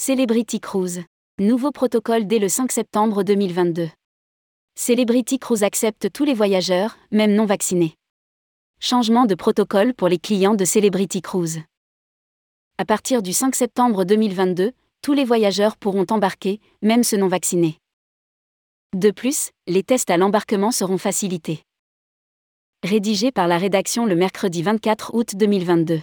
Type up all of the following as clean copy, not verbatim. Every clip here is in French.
Celebrity Cruise. Nouveau protocole dès le 5 septembre 2022. Celebrity Cruise accepte tous les voyageurs, même non vaccinés. Changement de protocole pour les clients de Celebrity Cruise. À partir du 5 septembre 2022, tous les voyageurs pourront embarquer, même ceux non vaccinés. De plus, les tests à l'embarquement seront facilités. Rédigé par la rédaction le mercredi 24 août 2022.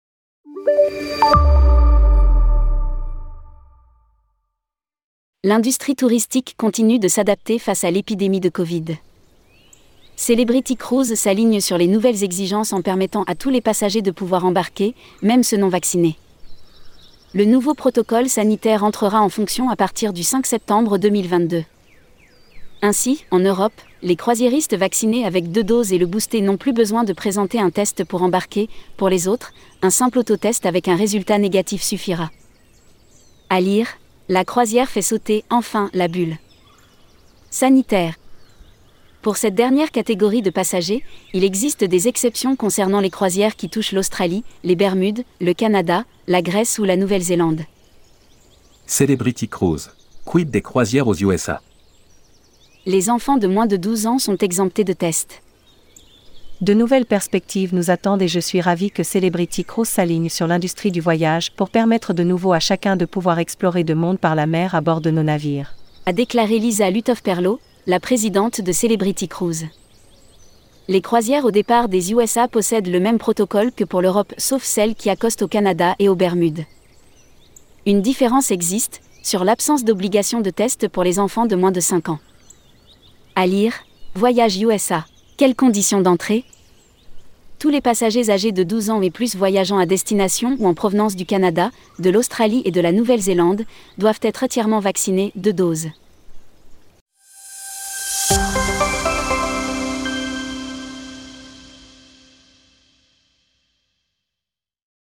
L'industrie touristique continue de s'adapter face à l'épidémie de Covid. Celebrity Cruise s'aligne sur les nouvelles exigences en permettant à tous les passagers de pouvoir embarquer, même ceux non vaccinés. Le nouveau protocole sanitaire entrera en fonction à partir du 5 septembre 2022. Ainsi, en Europe, les croisiéristes vaccinés avec 2 doses et le boosté n'ont plus besoin de présenter un test pour embarquer. Pour les autres, un simple autotest avec un résultat négatif suffira. À lire, la croisière fait sauter, enfin, la bulle sanitaire. Pour cette dernière catégorie de passagers, il existe des exceptions concernant les croisières qui touchent l'Australie, les Bermudes, le Canada, la Grèce ou la Nouvelle-Zélande. Celebrity Cruise. Quid des croisières aux USA? Les enfants de moins de 12 ans sont exemptés de tests. De nouvelles perspectives nous attendent et je suis ravie que Celebrity Cruise s'aligne sur l'industrie du voyage pour permettre de nouveau à chacun de pouvoir explorer de monde par la mer à bord de nos navires. A déclaré Lisa Lutoff-Perlo, la présidente de Celebrity Cruise. Les croisières au départ des USA possèdent le même protocole que pour l'Europe sauf celles qui accostent au Canada et aux Bermudes. Une différence existe, sur l'absence d'obligation de test pour les enfants de moins de 5 ans. À lire, Voyage USA. Quelles conditions d'entrée? Tous les passagers âgés de 12 ans et plus voyageant à destination ou en provenance du Canada, de l'Australie et de la Nouvelle-Zélande doivent être entièrement vaccinés, 2 doses.